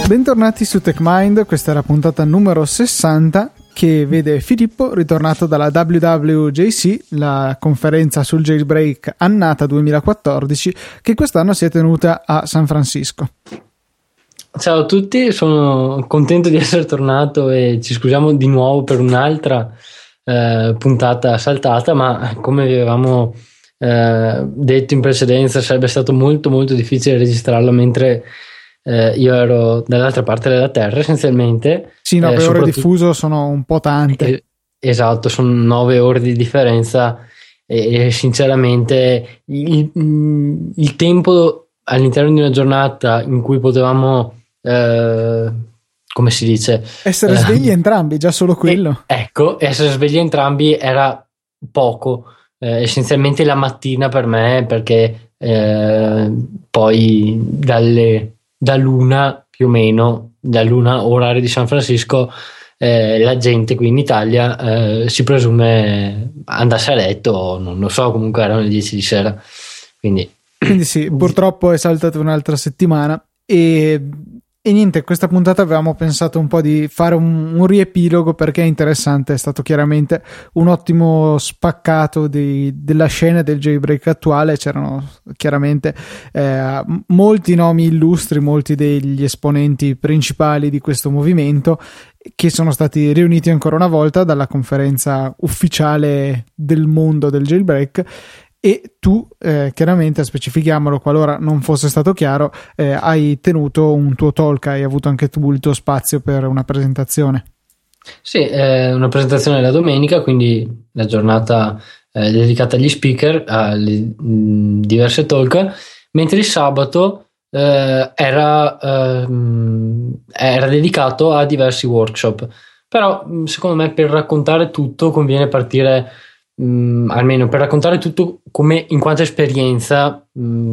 Bentornati su TechMind, questa è la puntata numero 60 che vede Filippo ritornato dalla WWJC, la conferenza sul jailbreak annata 2014 che quest'anno si è tenuta a San Francisco. Ciao a tutti, sono contento di essere tornato e ci scusiamo di nuovo per un'altra puntata saltata, ma come vi avevamo detto in precedenza sarebbe stato molto molto difficile registrarla mentre io ero dall'altra parte della terra essenzialmente. Sì, 9 ore di fuso sono un po' tante. Esatto, sono 9 ore di differenza e sinceramente il tempo all'interno di una giornata in cui potevamo come si dice? Essere svegli entrambi, già solo quello. Ecco, essere svegli entrambi era poco, essenzialmente la mattina per me, perché poi dall'una più o meno, dall'una orario di San Francisco, la gente qui in Italia si presume andasse a letto, non lo so, comunque erano le 10 di sera. Quindi sì, purtroppo è saltata un'altra settimana e niente, questa puntata avevamo pensato un po' di fare un riepilogo perché è interessante, è stato chiaramente un ottimo spaccato della scena del jailbreak attuale, c'erano chiaramente molti nomi illustri, molti degli esponenti principali di questo movimento che sono stati riuniti ancora una volta dalla conferenza ufficiale del mondo del jailbreak. E tu, chiaramente, specifichiamolo qualora non fosse stato chiaro, hai tenuto un tuo talk, hai avuto anche tu il tuo spazio per una presentazione. Sì, una presentazione la domenica, quindi la giornata dedicata agli speaker, alle diverse talk, mentre il sabato era dedicato a diversi workshop. Però secondo me per raccontare tutto conviene partire, almeno per raccontare tutto come in quanto esperienza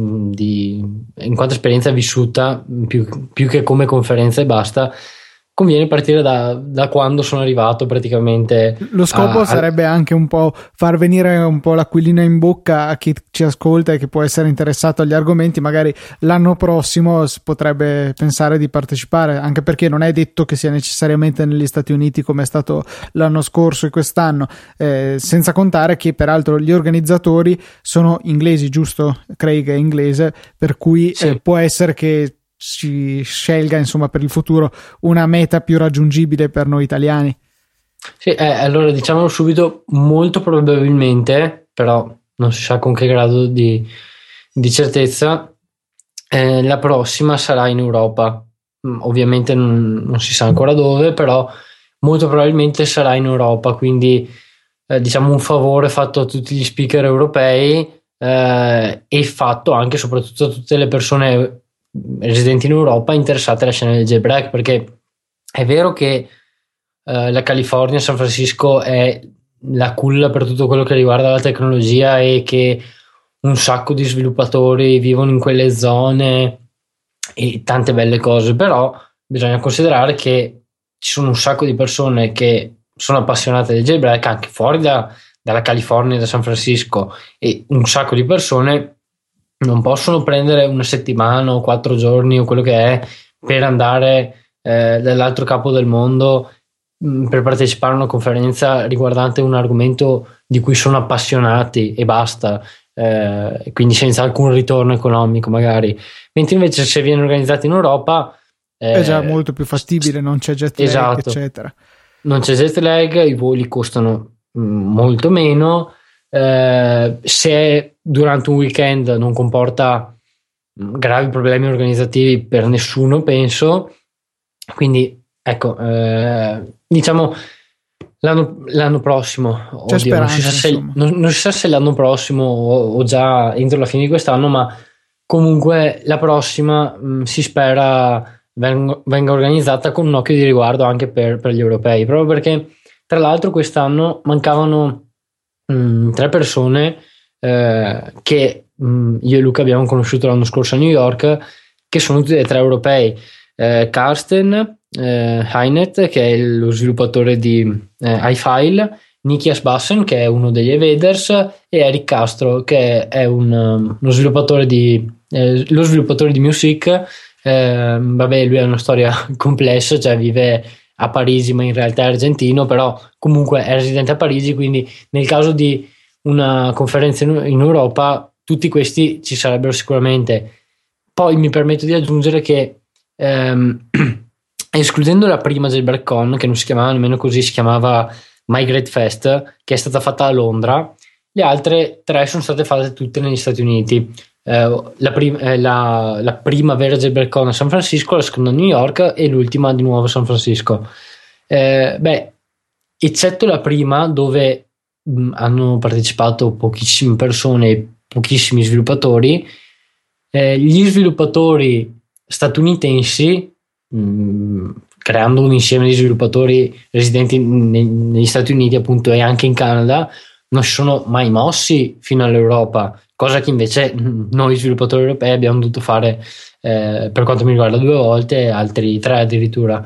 vissuta più che come conferenza e basta, conviene partire da quando sono arrivato praticamente. Lo scopo sarebbe anche un po' far venire un po' l'aquilina in bocca a chi ci ascolta e che può essere interessato agli argomenti. Magari l'anno prossimo si potrebbe pensare di partecipare, anche perché non è detto che sia necessariamente negli Stati Uniti come è stato l'anno scorso e quest'anno, senza contare che peraltro gli organizzatori sono inglesi, giusto? Craig è inglese, per cui sì, può essere che si scelga insomma per il futuro una meta più raggiungibile per noi italiani. Sì, allora diciamolo subito, molto probabilmente, però non si sa con che grado di certezza, la prossima sarà in Europa. Ovviamente non si sa ancora dove, però molto probabilmente sarà in Europa, quindi diciamo un favore fatto a tutti gli speaker europei e fatto anche soprattutto a tutte le persone residenti in Europa interessate alla scena del jailbreak, perché è vero che la California, San Francisco è la culla per tutto quello che riguarda la tecnologia e che un sacco di sviluppatori vivono in quelle zone e tante belle cose, però bisogna considerare che ci sono un sacco di persone che sono appassionate del jailbreak anche fuori dalla California e da San Francisco, e un sacco di persone non possono prendere una settimana o 4 giorni o quello che è per andare dall'altro capo del mondo per partecipare a una conferenza riguardante un argomento di cui sono appassionati e basta, quindi senza alcun ritorno economico magari, mentre invece se viene organizzato in Europa è già molto più fattibile, non c'è jet lag, esatto, eccetera, non c'è jet lag, i voli costano molto meno, se durante un weekend non comporta gravi problemi organizzativi per nessuno, penso. Quindi ecco, diciamo l'anno prossimo, c'è speranza, non si sa se l'anno prossimo o già entro la fine di quest'anno, ma comunque la prossima si spera venga organizzata con un occhio di riguardo anche per gli europei, proprio perché tra l'altro quest'anno mancavano 3 persone che io e Luca abbiamo conosciuto l'anno scorso a New York, che sono tutti e 3 europei, Carsten Heinet, che è lo sviluppatore di iFile, Nikias Bassen, che è uno degli Evaders, e Eric Castro, che è uno sviluppatore di music Vabbè, lui ha una storia complessa, cioè vive a Parigi ma in realtà è argentino, però comunque è residente a Parigi, quindi nel caso di una conferenza in Europa tutti questi ci sarebbero sicuramente. Poi mi permetto di aggiungere che escludendo la prima JailbreakCon, che non si chiamava nemmeno così, si chiamava My Great Fest, che è stata fatta a Londra, le altre 3 sono state fatte tutte negli Stati Uniti. La prima vera JailbreakCon a San Francisco, la seconda a New York e l'ultima di nuovo a San Francisco. Eccetto la prima, dove hanno partecipato pochissime persone, pochissimi sviluppatori, gli sviluppatori statunitensi, creando un insieme di sviluppatori residenti negli Stati Uniti appunto e anche in Canada, non si sono mai mossi fino all'Europa, cosa che invece noi sviluppatori europei abbiamo dovuto fare, per quanto mi riguarda 2 volte, altri 3 addirittura.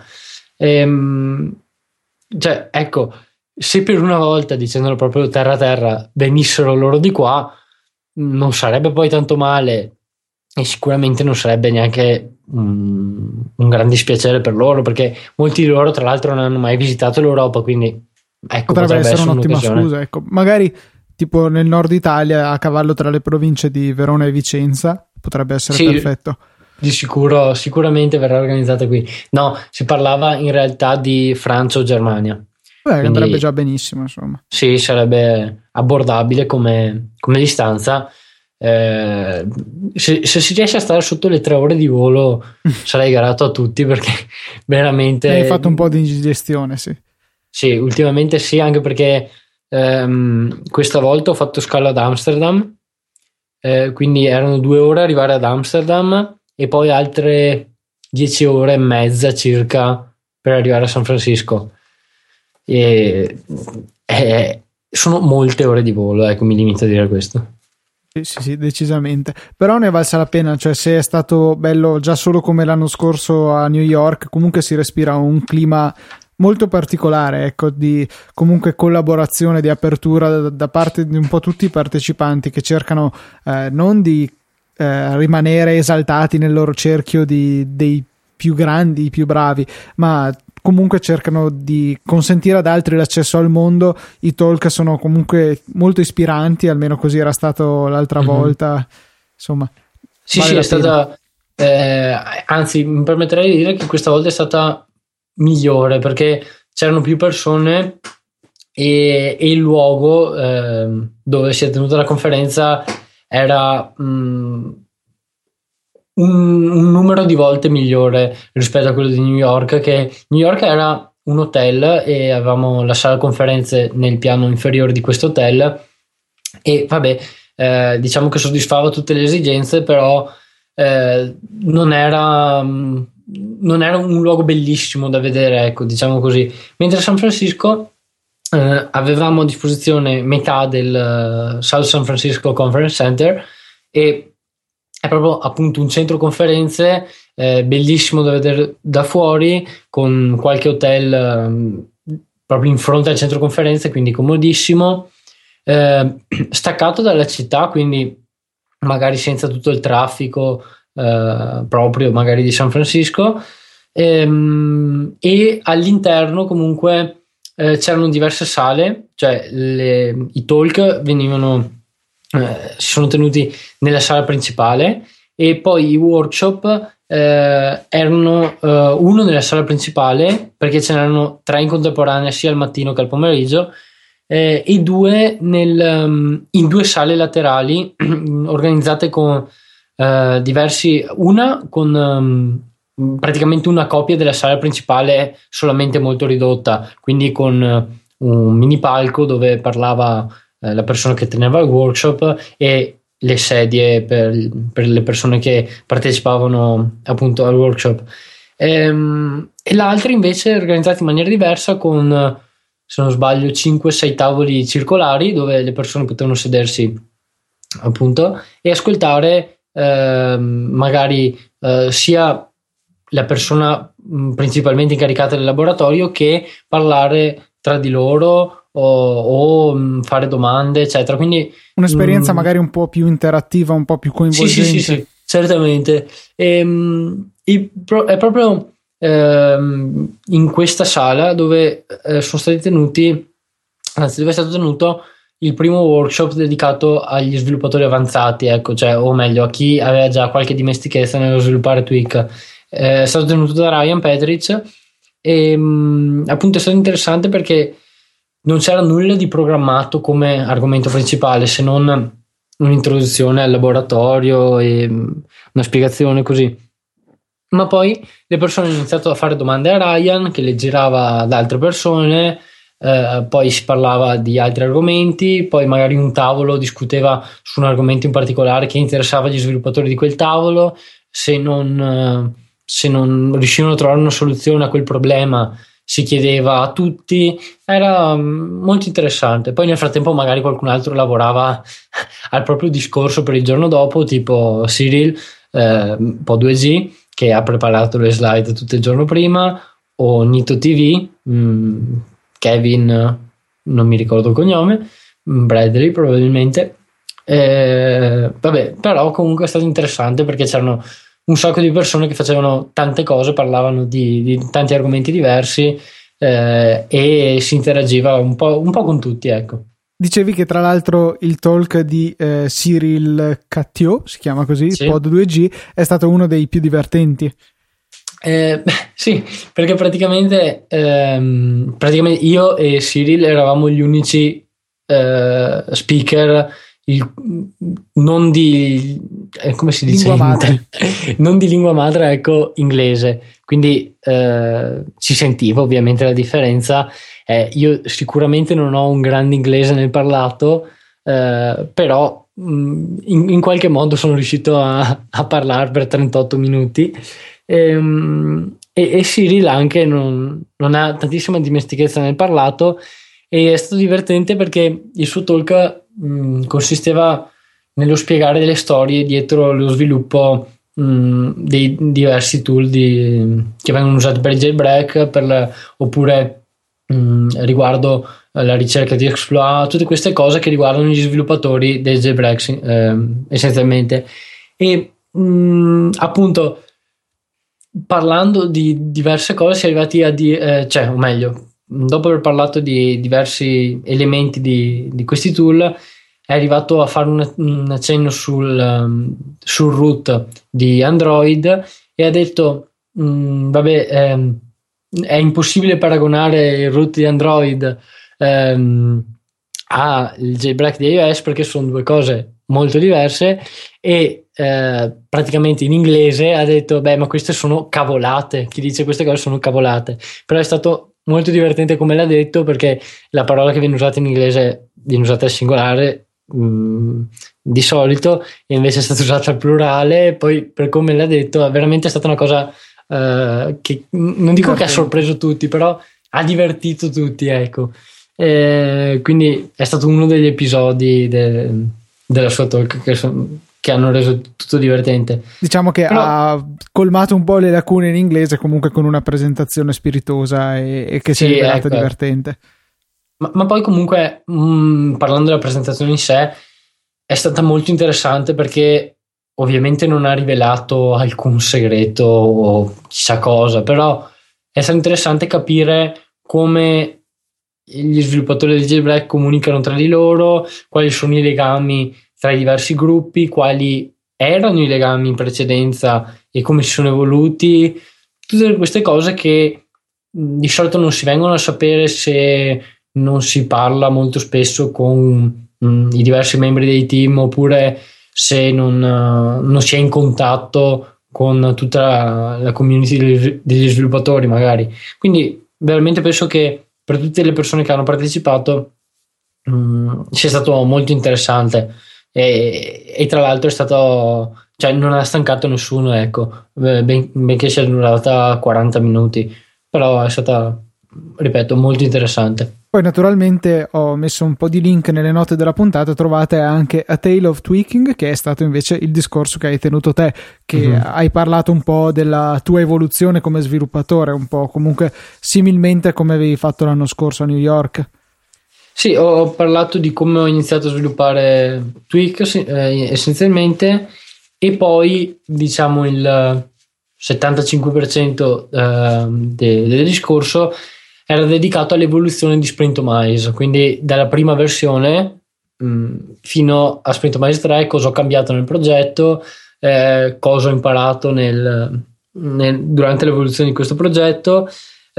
Cioè, ecco, se per una volta, dicendolo proprio terra a terra, venissero loro di qua, non sarebbe poi tanto male e sicuramente non sarebbe neanche un gran dispiacere per loro, perché molti di loro tra l'altro non hanno mai visitato l'Europa, quindi ecco, potrebbe essere un'ottima scusa, ecco. Magari tipo nel nord Italia, a cavallo tra le province di Verona e Vicenza, potrebbe essere perfetto. Di sicuro, sicuramente verrà organizzata qui. No, si parlava in realtà di Francia o Germania. Quindi, andrebbe già benissimo, insomma. Sì, sarebbe abbordabile come distanza. Se si riesce a stare sotto le 3 ore di volo sarei grato a tutti, perché veramente hai fatto un po' di indigestione. Sì, ultimamente sì, anche perché questa volta ho fatto scalo ad Amsterdam, quindi erano 2 ore arrivare ad Amsterdam e poi altre 10 ore e mezza circa per arrivare a San Francisco, e sono molte ore di volo, ecco, mi limito a dire questo. Sì, decisamente, però ne è valsa la pena, cioè se è stato bello già solo come l'anno scorso a New York, comunque si respira un clima molto particolare, ecco, di comunque collaborazione, di apertura da parte di un po' tutti i partecipanti, che cercano non di rimanere esaltati nel loro cerchio dei più grandi, i più bravi, ma comunque cercano di consentire ad altri l'accesso al mondo. I talk sono comunque molto ispiranti, almeno così era stato l'altra volta, insomma. Sì, è stata anzi mi permetterei di dire che questa volta è stata migliore, perché c'erano più persone e il luogo dove si è tenuta la conferenza era un numero di volte migliore rispetto a quello di New York, che New York era un hotel e avevamo la sala conferenze nel piano inferiore di questo hotel e vabbè, diciamo che soddisfava tutte le esigenze, però non era un luogo bellissimo da vedere, ecco, diciamo così. Mentre a San Francisco avevamo a disposizione metà del South San Francisco Conference Center, e è proprio appunto un centro conferenze bellissimo da vedere da fuori, con qualche hotel proprio in fronte al centro conferenze, quindi comodissimo, staccato dalla città, quindi magari senza tutto il traffico proprio magari di San Francisco, e all'interno comunque c'erano diverse sale, cioè i talk si sono tenuti nella sala principale, e poi i workshop erano uno nella sala principale, perché ce n'erano 3 in contemporanea sia al mattino che al pomeriggio, e 2 in 2 sale laterali organizzate con una con praticamente una copia della sala principale, solamente molto ridotta, quindi con un mini palco dove parlava la persona che teneva il workshop, e le sedie per le persone che partecipavano appunto al workshop, e l'altra invece organizzata in maniera diversa, con, se non sbaglio, 5-6 tavoli circolari dove le persone potevano sedersi appunto e ascoltare magari sia la persona principalmente incaricata del laboratorio, che parlare tra di loro o fare domande, eccetera. Quindi un'esperienza magari un po' più interattiva, un po' più coinvolgente. certamente. È proprio in questa sala dove sono stati tenuti, anzi dove è stato tenuto il primo workshop dedicato agli sviluppatori avanzati, ecco, cioè, o meglio a chi aveva già qualche dimestichezza nello sviluppare Twig. È stato tenuto da Ryan Petric e appunto è stato interessante perché non c'era nulla di programmato come argomento principale, se non un'introduzione al laboratorio e una spiegazione così. Ma poi le persone hanno iniziato a fare domande a Ryan, che le girava ad altre persone, poi si parlava di altri argomenti, poi magari un tavolo discuteva su un argomento in particolare che interessava gli sviluppatori di quel tavolo. Se non riuscivano a trovare una soluzione a quel problema, si chiedeva a tutti. Era molto interessante. Poi nel frattempo magari qualcun altro lavorava al proprio discorso per il giorno dopo, tipo Cyril, un po' 2G, che ha preparato le slide tutto il giorno prima, o Nito TV, Kevin, non mi ricordo il cognome, Bradley probabilmente. Vabbè, però comunque è stato interessante perché c'erano un sacco di persone che facevano tante cose, parlavano di tanti argomenti diversi, e si interagiva un po' con tutti, ecco. Dicevi che tra l'altro il talk di Cyril Cattio, si chiama così, Sì. Pod 2G, è stato uno dei più divertenti. Sì, perché praticamente io e Cyril eravamo gli unici speaker non di come si dice? Lingua madre. Non di lingua madre, ecco, inglese. Quindi si sentiva ovviamente la differenza. Io sicuramente non ho un grande inglese nel parlato, però in qualche modo sono riuscito a parlare per 38 minuti. E Cyril anche non ha tantissima dimestichezza nel parlato, e è stato divertente perché il suo talk consisteva nello spiegare delle storie dietro lo sviluppo dei diversi tool che vengono usati per il jailbreak, oppure riguardo la ricerca di exploit, tutte queste cose che riguardano gli sviluppatori del jailbreak essenzialmente. E appunto, parlando di diverse cose, si è arrivati a cioè, o meglio, dopo aver parlato di diversi elementi di questi tool, è arrivato a fare un accenno sul root di Android e ha detto vabbè, è impossibile paragonare il root di Android al jailbreak di iOS perché sono due cose molto diverse, e praticamente in inglese ha detto beh, ma queste sono cavolate, chi dice queste cose sono cavolate. Però è stato molto divertente come l'ha detto, perché la parola che viene usata in inglese viene usata al singolare di solito, e invece è stata usata al plurale. Poi per come l'ha detto è veramente stata una cosa che non dico che ha sorpreso tutti, però ha divertito tutti, ecco. Quindi è stato uno degli episodi della sua talk che hanno reso tutto divertente. Diciamo che ha colmato un po' le lacune in inglese, comunque con una presentazione spiritosa e che si è rivelata divertente. Ma poi comunque parlando della presentazione in sé, è stata molto interessante perché ovviamente non ha rivelato alcun segreto o chissà cosa, però è stato interessante capire come gli sviluppatori del jailbreak comunicano tra di loro, quali sono i legami tra i diversi gruppi, quali erano i legami in precedenza e come si sono evoluti, tutte queste cose che di solito non si vengono a sapere se non si parla molto spesso con i diversi membri dei team, oppure se non si è in contatto con tutta la community degli sviluppatori magari. Quindi veramente penso che per tutte le persone che hanno partecipato sia stato molto interessante, e tra l'altro è stato, cioè non ha stancato nessuno, ecco, benché sia durata 40 minuti, però è stata, ripeto, molto interessante. Poi naturalmente ho messo un po' di link nelle note della puntata, trovate anche A Tale of Tweaking, che è stato invece il discorso che hai tenuto te, che hai parlato un po' della tua evoluzione come sviluppatore, un po' comunque similmente come avevi fatto l'anno scorso a New York. Sì, ho parlato di come ho iniziato a sviluppare Tweak essenzialmente, e poi diciamo il 75% del discorso era dedicato all'evoluzione di Sprintomize, quindi dalla prima versione fino a Sprintomize 3, cosa ho cambiato nel progetto, cosa ho imparato durante l'evoluzione di questo progetto,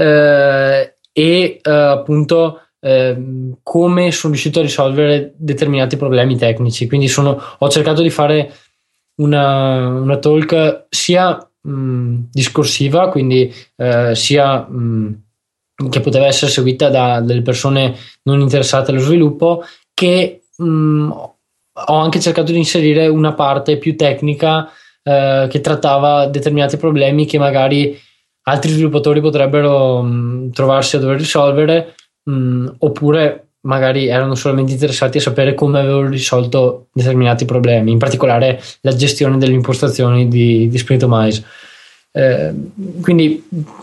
e appunto come sono riuscito a risolvere determinati problemi tecnici. Quindi ho cercato di fare una talk sia discorsiva, quindi sia che poteva essere seguita da delle persone non interessate allo sviluppo, che ho anche cercato di inserire una parte più tecnica che trattava determinati problemi che magari altri sviluppatori potrebbero trovarsi a dover risolvere, oppure magari erano solamente interessati a sapere come avevo risolto determinati problemi, in particolare la gestione delle impostazioni di Sprintomize. Quindi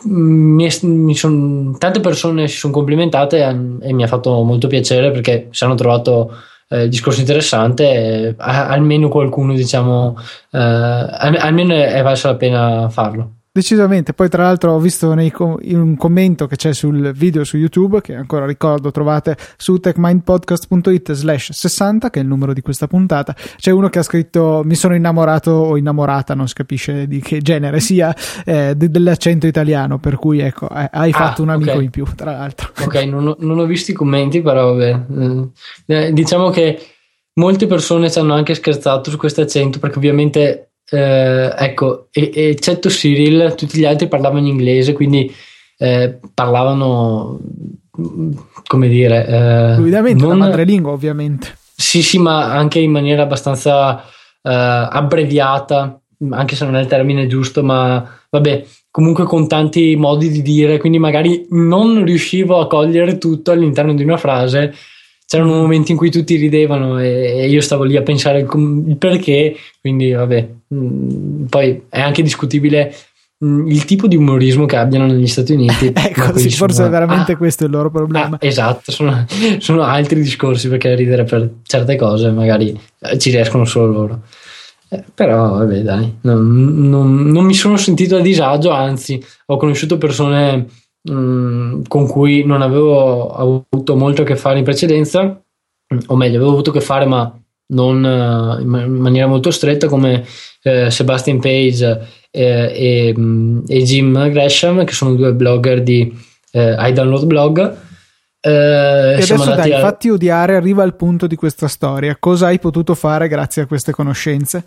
tante persone si sono complimentate e mi ha fatto molto piacere, perché se hanno trovato il discorso interessante, almeno qualcuno, diciamo, almeno è valsa la pena farlo. Decisamente. Poi tra l'altro ho visto in un commento che c'è sul video su YouTube, che ancora ricordo trovate su techmindpodcast.it/60, che è il numero di questa puntata, c'è uno che ha scritto: mi sono innamorato o innamorata, non si capisce di che genere sia, dell'accento italiano, per cui ecco, hai fatto un amico in più, tra l'altro. Ok, non ho visto i commenti, però vabbè. Diciamo che molte persone ci hanno anche scherzato su questo accento, perché ovviamente ecco, eccetto Cyril, tutti gli altri parlavano in inglese, quindi parlavano, come dire, fluidamente, la madrelingua ovviamente. Sì, ma anche in maniera abbastanza abbreviata, anche se non è il termine giusto, ma vabbè, comunque con tanti modi di dire, quindi magari non riuscivo a cogliere tutto all'interno di una frase. C'erano momenti in cui tutti ridevano e io stavo lì a pensare il perché, quindi vabbè. Poi è anche discutibile il tipo di umorismo che abbiano negli Stati Uniti. Ecco, sì, forse è veramente questo il loro problema. Esatto, sono altri discorsi, perché ridere per certe cose magari ci riescono solo loro. Però vabbè, dai, non mi sono sentito a disagio, anzi ho conosciuto persone con cui non avevo avuto molto a che fare in precedenza, o meglio avevo avuto a che fare ma non in maniera molto stretta, come Sebastian Page e Jim Gresham, che sono due blogger di I Download Blog. E adesso dai, fatti odiare, arriva al punto di questa storia. Cosa hai potuto fare grazie a queste conoscenze?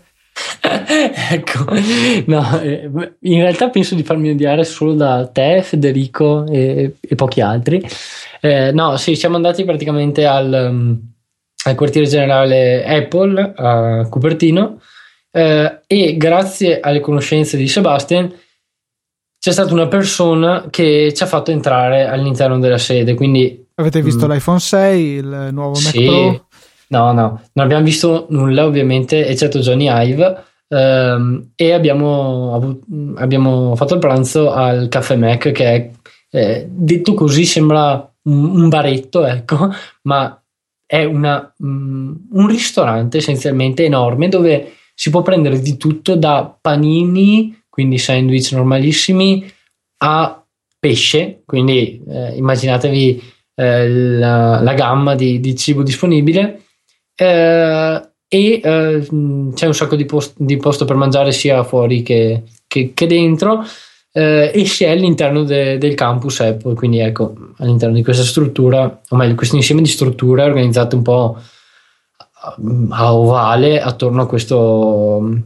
Ecco, no, in realtà penso di farmi odiare solo da te, Federico e pochi altri. No, sì, siamo andati praticamente al quartiere generale Apple a Cupertino, e grazie alle conoscenze di Sebastian c'è stata una persona che ci ha fatto entrare all'interno della sede. Quindi avete visto l'iPhone 6, il nuovo Mac Pro? No, non abbiamo visto nulla ovviamente, eccetto Johnny Ive, e abbiamo fatto il pranzo al Caffè Mac, che è, detto così sembra un baretto, ecco, ma è un ristorante essenzialmente enorme, dove si può prendere di tutto, da panini, quindi sandwich normalissimi, a pesce, quindi immaginatevi la gamma di cibo disponibile, e c'è un sacco di posto per mangiare sia fuori che dentro, e si è all'interno del campus Apple, quindi ecco, all'interno di questa struttura, o meglio questo insieme di strutture organizzate un po' a ovale attorno a questo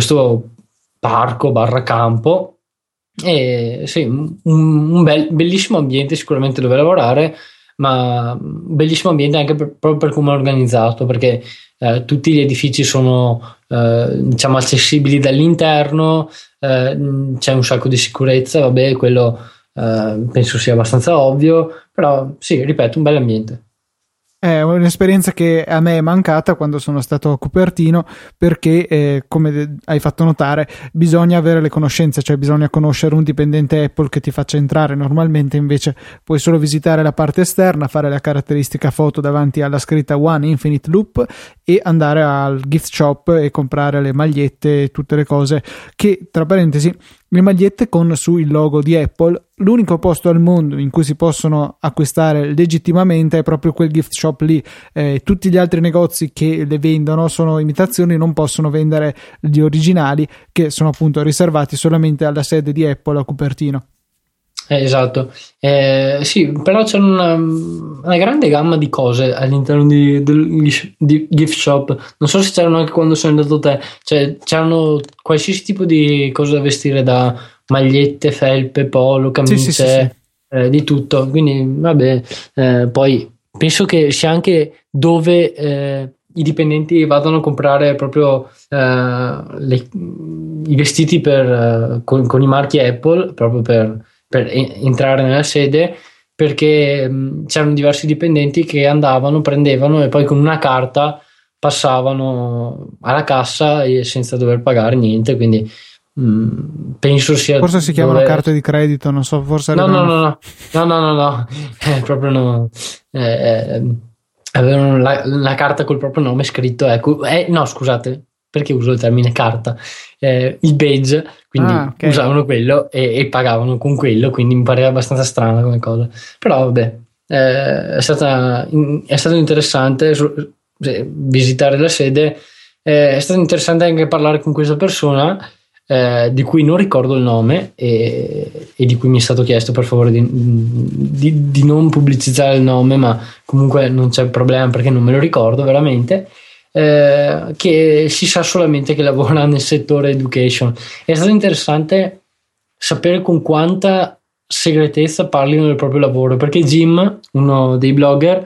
parco / campo. E sì, un bellissimo ambiente sicuramente dove lavorare, ma un bellissimo ambiente anche proprio per come è organizzato, perché tutti gli edifici sono diciamo accessibili dall'interno, c'è un sacco di sicurezza, vabbè, quello penso sia abbastanza ovvio, però sì, ripeto, un bel ambiente. È un'esperienza che a me è mancata quando sono stato a Cupertino, perché come hai fatto notare bisogna avere le conoscenze, cioè bisogna conoscere un dipendente Apple che ti faccia entrare. Normalmente invece puoi solo visitare la parte esterna, fare la caratteristica foto davanti alla scritta One Infinite Loop e andare al gift shop e comprare le magliette e tutte le cose che, tra parentesi, le magliette con su il logo di Apple, l'unico posto al mondo in cui si possono acquistare legittimamente è proprio quel gift shop lì. Tutti gli altri negozi che le vendono sono imitazioni, non possono vendere gli originali, che sono appunto riservati solamente alla sede di Apple a Cupertino. Esatto, sì, però c'è una grande gamma di cose all'interno di gift shop. Non so se c'erano anche quando sei andato te, cioè c'erano qualsiasi tipo di cose da vestire, da magliette, felpe, polo, camicie, sì. di tutto. Quindi vabbè, poi penso che sia anche dove i dipendenti vadano a comprare proprio i vestiti con i marchi Apple, proprio per entrare nella sede, perché c'erano diversi dipendenti che andavano, prendevano e poi con una carta passavano alla cassa e senza dover pagare niente. Quindi penso sia, forse si chiamano carte di credito, non so, forse no, proprio no. Avevano la carta col proprio nome scritto, ecco. No, scusate, perché uso il termine carta? Il badge, quindi okay. Usavano quello e pagavano con quello, quindi mi pareva abbastanza strana come cosa. Però vabbè, è stato interessante visitare la sede. È stato interessante anche parlare con questa persona, di cui non ricordo il nome e di cui mi è stato chiesto per favore di non pubblicizzare il nome, ma comunque non c'è problema perché non me lo ricordo veramente. Che si sa solamente che lavora nel settore education. È stato interessante sapere con quanta segretezza parlino del proprio lavoro, perché Jim, uno dei blogger,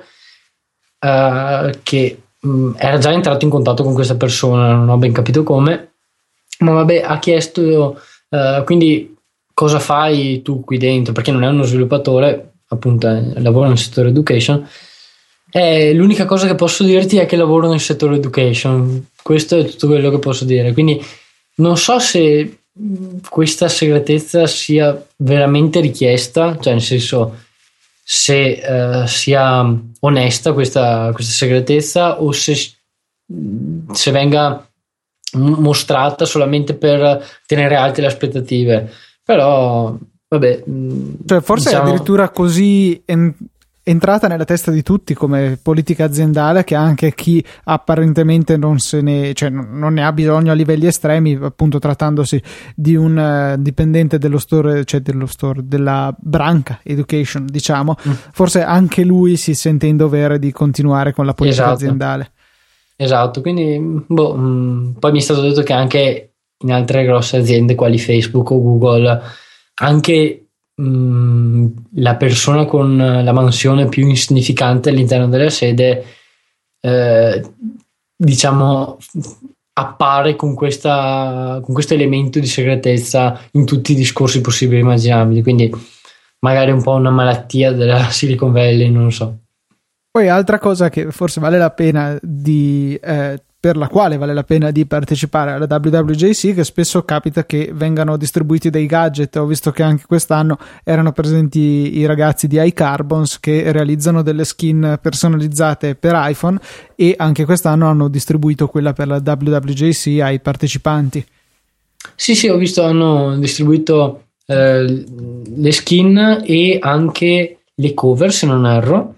che era già entrato in contatto con questa persona, non ho ben capito come, ma vabbè, ha chiesto quindi cosa fai tu qui dentro, perché non è uno sviluppatore, appunto lavora nel settore education. L'unica cosa che posso dirti è che lavoro nel settore education, questo è tutto quello che posso dire. Quindi non so se questa segretezza sia veramente richiesta, cioè nel senso se sia onesta questa segretezza, o se venga mostrata solamente per tenere alte le aspettative. Però vabbè, cioè forse diciamo, è addirittura così entrata nella testa di tutti come politica aziendale, che anche chi apparentemente non ne ha bisogno a livelli estremi, appunto trattandosi di un dipendente dello store, cioè della branca education, diciamo, forse anche lui si sente in dovere di continuare con la politica aziendale. Esatto, quindi poi mi è stato detto che anche in altre grosse aziende quali Facebook o Google, anche la persona con la mansione più insignificante all'interno della sede, diciamo, appare con questo elemento di segretezza in tutti i discorsi possibili e immaginabili. Quindi magari un po' una malattia della Silicon Valley, non lo so. Poi altra cosa che forse vale la pena per la quale vale la pena di partecipare alla WWJC, che spesso capita che vengano distribuiti dei gadget. Ho visto che anche quest'anno erano presenti i ragazzi di iCarbons che realizzano delle skin personalizzate per iPhone, e anche quest'anno hanno distribuito quella per la WWJC ai partecipanti. Sì, ho visto, hanno distribuito le skin e anche le cover, se non erro.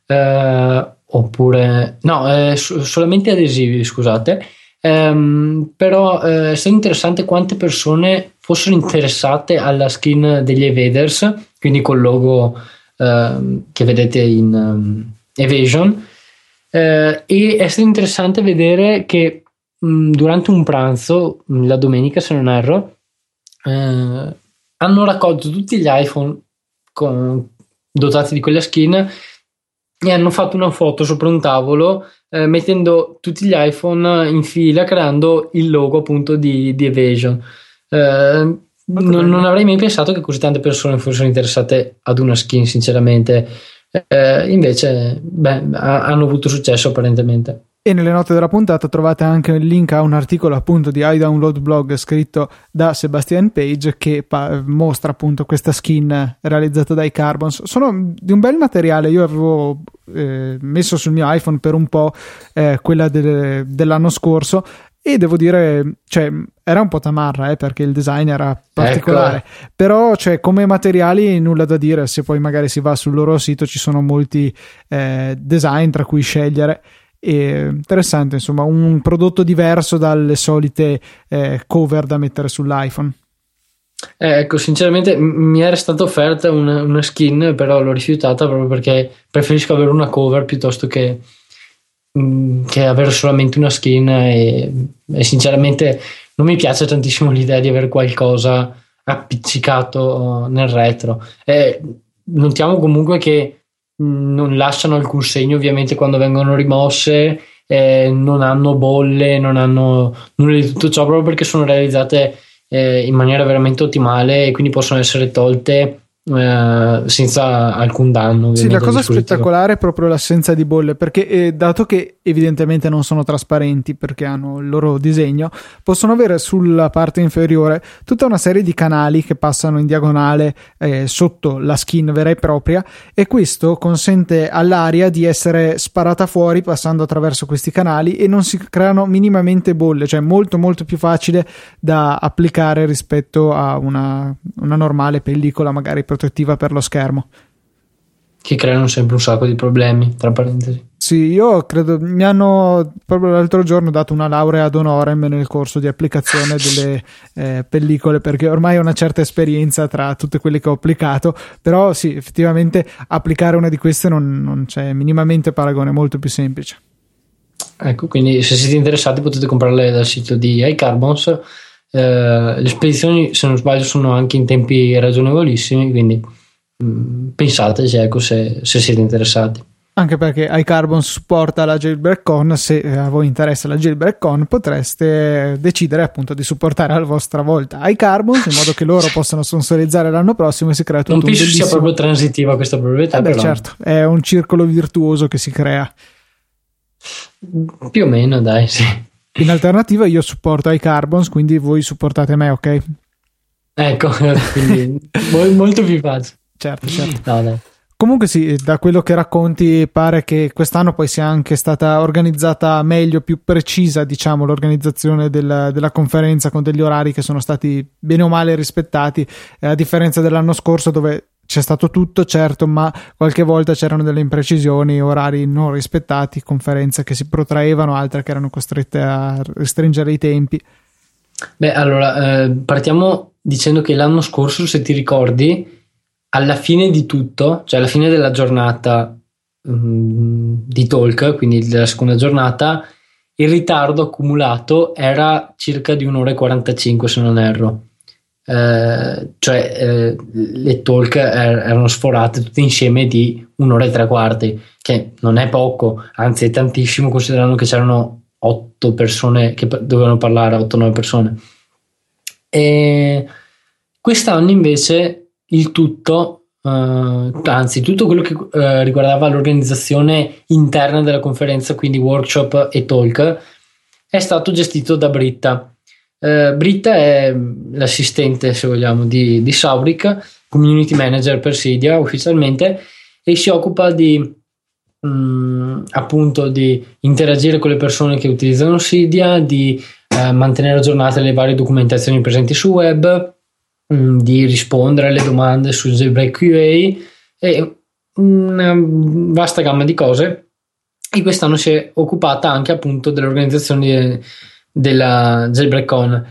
Oppure no, solamente adesivi, scusate. Però è stato interessante quante persone fossero interessate alla skin degli Evaders, quindi col logo che vedete in Evasion, e è stato interessante vedere che durante un pranzo la domenica, se non erro, hanno raccolto tutti gli iPhone dotati di quella skin e hanno fatto una foto sopra un tavolo, mettendo tutti gli iPhone in fila, creando il logo appunto di Evasion. Non avrei mai pensato che così tante persone fossero interessate ad una skin, sinceramente. Invece hanno avuto successo apparentemente. E nelle note della puntata trovate anche il link a un articolo appunto di iDownload Blog scritto da Sebastian Page che mostra appunto questa skin realizzata dai Carbons. Sono di un bel materiale. Io avevo messo sul mio iPhone per un po' quella dell'anno scorso e devo dire, cioè, era un po' tamarra perché il design era particolare, ecco. Però cioè, come materiali nulla da dire. Se poi magari si va sul loro sito ci sono molti design tra cui scegliere. E interessante, insomma, un prodotto diverso dalle solite cover da mettere sull'iPhone. Ecco, sinceramente mi era stata offerta una skin, però l'ho rifiutata proprio perché preferisco avere una cover piuttosto che avere solamente una skin e sinceramente non mi piace tantissimo l'idea di avere qualcosa appiccicato nel retro. Notiamo comunque che non lasciano alcun segno ovviamente quando vengono rimosse, non hanno bolle, non hanno nulla di tutto ciò, proprio perché sono realizzate in maniera veramente ottimale e quindi possono essere tolte senza alcun danno. Sì, la cosa spettacolare è proprio l'assenza di bolle, perché dato che evidentemente non sono trasparenti perché hanno il loro disegno, possono avere sulla parte inferiore tutta una serie di canali che passano in diagonale sotto la skin vera e propria, e questo consente all'aria di essere sparata fuori passando attraverso questi canali e non si creano minimamente bolle, cioè molto molto più facile da applicare rispetto a una normale pellicola magari protettiva per lo schermo, che creano sempre un sacco di problemi, tra parentesi. Sì, io credo mi hanno proprio l'altro giorno dato una laurea ad honorem nel corso di applicazione delle pellicole, perché ormai ho una certa esperienza tra tutte quelle che ho applicato, però sì, effettivamente applicare una di queste non c'è minimamente paragone, molto più semplice. Ecco, quindi se siete interessati potete comprarle dal sito di iCarbons. Le spedizioni, se non sbaglio, sono anche in tempi ragionevolissimi, quindi pensateci, ecco, se siete interessati. Anche perché iCarbon supporta la JailbreakCon. Se a voi interessa la JailbreakCon potreste decidere appunto di supportare a vostra volta iCarbon in modo che loro possano sponsorizzare l'anno prossimo e si crea tutto non penso sia proprio transitiva questa proprietà, però certo, è un circolo virtuoso che si crea più o meno, dai, sì. In alternativa io supporto iCarbons, quindi voi supportate me, ok? Ecco, quindi molto più facile. Certo. No, dai. Comunque sì, da quello che racconti pare che quest'anno poi sia anche stata organizzata meglio, più precisa, diciamo, l'organizzazione della conferenza, con degli orari che sono stati bene o male rispettati, a differenza dell'anno scorso dove c'è stato tutto, certo, ma qualche volta c'erano delle imprecisioni, orari non rispettati, conferenze che si protraevano, altre che erano costrette a restringere i tempi. Beh, allora, partiamo dicendo che l'anno scorso, se ti ricordi, alla fine di tutto, cioè alla fine della giornata di talk, quindi della seconda giornata, il ritardo accumulato era circa di 1 ora e 45, se non erro. Le talk erano sforate tutte insieme di 1 ora e 3/4, che non è poco, anzi è tantissimo, considerando che c'erano 8 persone che dovevano parlare, 8-9 persone. E quest'anno invece il tutto, anzi tutto quello che riguardava l'organizzazione interna della conferenza, quindi workshop e talk, è stato gestito da Britta. Britta è l'assistente, se vogliamo, di Sauric, community manager per Cydia ufficialmente, e si occupa di appunto di interagire con le persone che utilizzano Cydia, di mantenere aggiornate le varie documentazioni presenti sul web, di rispondere alle domande su Jailbreak QA e una vasta gamma di cose. E quest'anno si è occupata anche appunto dell'organizzazione della JailbreakCon.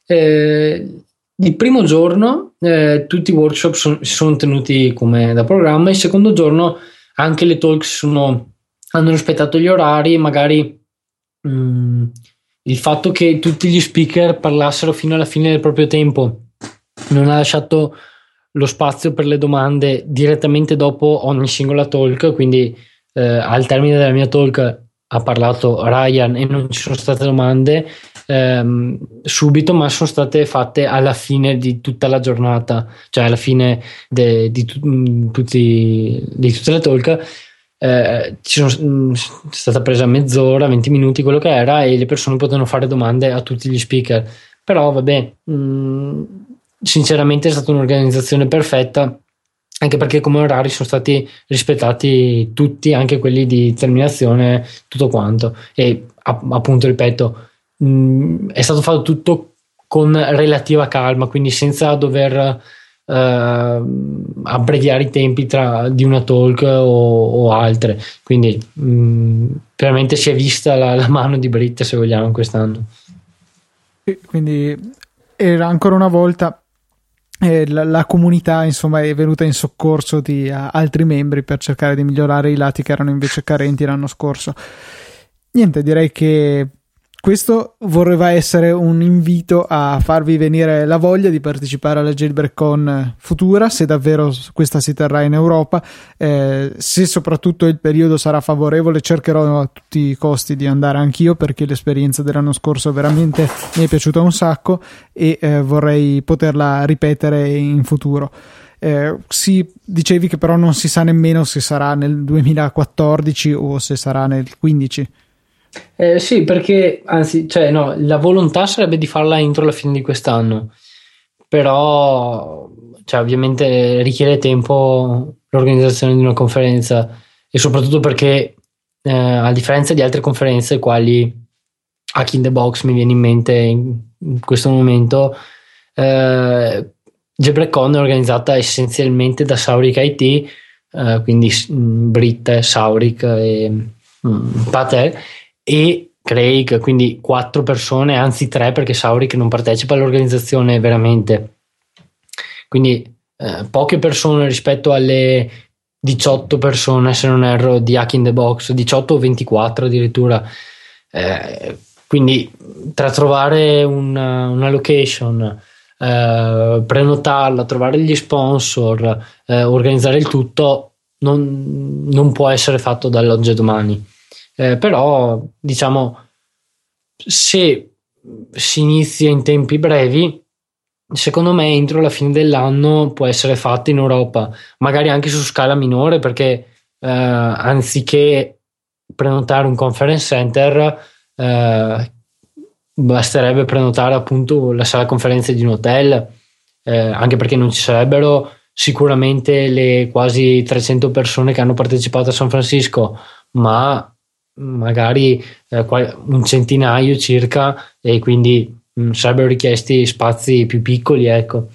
Il primo giorno tutti i workshop si sono tenuti come da programma. Il secondo giorno anche le talk hanno rispettato gli orari, magari il fatto che tutti gli speaker parlassero fino alla fine del proprio tempo non ha lasciato lo spazio per le domande direttamente dopo ogni singola talk, quindi al termine della mia talk ha parlato Ryan e non ci sono state domande, subito, ma sono state fatte alla fine di tutta la giornata, cioè alla fine di tutte le talk. È stata presa mezz'ora, 20 minuti, quello che era, e le persone potevano fare domande a tutti gli speaker. Però vabbè, sinceramente è stata un'organizzazione perfetta, anche perché come orari sono stati rispettati tutti, anche quelli di terminazione, tutto quanto. E appunto, ripeto, è stato fatto tutto con relativa calma, quindi senza dover abbreviare i tempi di una talk o altre, quindi veramente si è vista la mano di Britt, se vogliamo, quest'anno. Quindi era ancora una volta la comunità, insomma, è venuta in soccorso di altri membri per cercare di migliorare i lati che erano invece carenti l'anno scorso. Niente, direi che questo vorreva essere un invito a farvi venire la voglia di partecipare alla JailbreakCon futura, se davvero questa si terrà in Europa. Se soprattutto il periodo sarà favorevole, cercherò a tutti i costi di andare anch'io, perché l'esperienza dell'anno scorso veramente mi è piaciuta un sacco e vorrei poterla ripetere in futuro. Dicevi che però non si sa nemmeno se sarà nel 2014 o se sarà nel 2015. Sì, perché anzi, cioè, no, la volontà sarebbe di farla entro la fine di quest'anno, però cioè, ovviamente richiede tempo l'organizzazione di una conferenza, e soprattutto perché a differenza di altre conferenze quali Hack in the Box mi viene in mente in questo momento, JailbreakCon è organizzata essenzialmente da Saurik IT, quindi Britt, Saurik e Patel e Craig, quindi 4 persone, anzi 3, perché Saurik non partecipa all'organizzazione veramente, quindi poche persone rispetto alle 18 persone, se non erro, di Hack in the Box, 18 o 24 addirittura, quindi tra trovare una location, prenotarla, trovare gli sponsor, organizzare il tutto, non può essere fatto dall'oggi a domani. Però diciamo, se si inizia in tempi brevi, secondo me entro la fine dell'anno può essere fatto in Europa, magari anche su scala minore, perché anziché prenotare un conference center, basterebbe prenotare appunto la sala conferenze di un hotel, anche perché non ci sarebbero sicuramente le quasi 300 persone che hanno partecipato a San Francisco, ma magari un centinaio circa, e quindi sarebbero richiesti spazi più piccoli, ecco.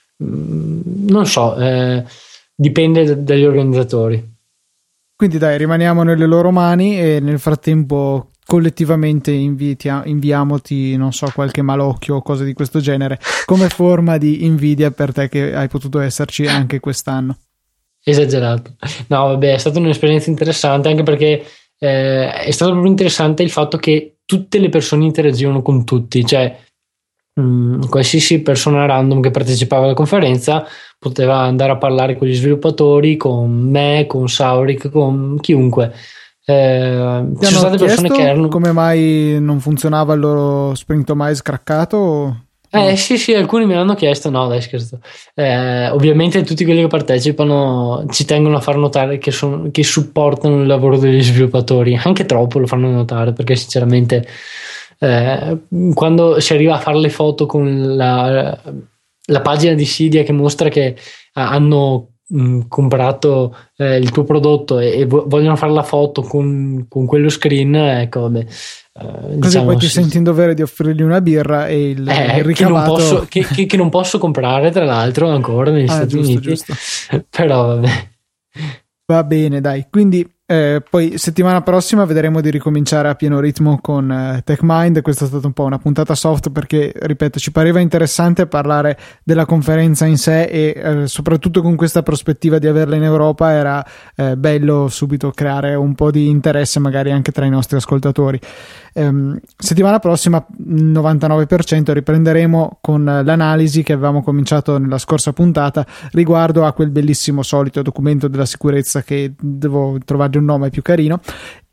Non so, dipende dagli organizzatori. Quindi dai, rimaniamo nelle loro mani e nel frattempo collettivamente inviamoti, non so, qualche malocchio o cose di questo genere, come forma di invidia per te che hai potuto esserci anche quest'anno. Esagerato. No, vabbè, è stata un'esperienza interessante, anche perché è stato proprio interessante il fatto che tutte le persone interagivano con tutti, cioè qualsiasi persona random che partecipava alla conferenza poteva andare a parlare con gli sviluppatori, con me, con Saurik, con chiunque. Ti hanno state persone che erano... come mai non funzionava il loro Spring2Mise craccato? Sì, alcuni me l'hanno chiesto. No, dai, scherzo. Ovviamente tutti quelli che partecipano ci tengono a far notare che supportano il lavoro degli sviluppatori, anche troppo lo fanno notare, perché sinceramente quando si arriva a fare le foto con la pagina di Cydia che mostra che hanno comprato il tuo prodotto e vogliono fare la foto con quello screen, ecco, vabbè. Così diciamo, poi ti senti in dovere di offrirgli una birra e il ricavato che non posso comprare, tra l'altro, ancora negli Stati Uniti. Giusto. Però vabbè. Va bene, dai, quindi poi settimana prossima vedremo di ricominciare a pieno ritmo con TechMind. Questa è stata un po' una puntata soft perché, ripeto, ci pareva interessante parlare della conferenza in sé e soprattutto con questa prospettiva di averla in Europa era bello subito creare un po' di interesse magari anche tra i nostri ascoltatori. Settimana prossima 99% riprenderemo con l'analisi che avevamo cominciato nella scorsa puntata riguardo a quel bellissimo solito documento della sicurezza che devo trovargli un nome più carino,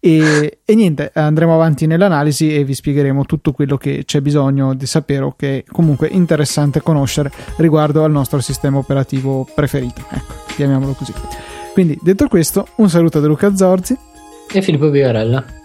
e niente, andremo avanti nell'analisi e vi spiegheremo tutto quello che c'è bisogno di sapere o che è comunque interessante conoscere riguardo al nostro sistema operativo preferito, ecco, chiamiamolo così. Quindi detto questo, un saluto da Luca Zorzi e Filippo Bigarella.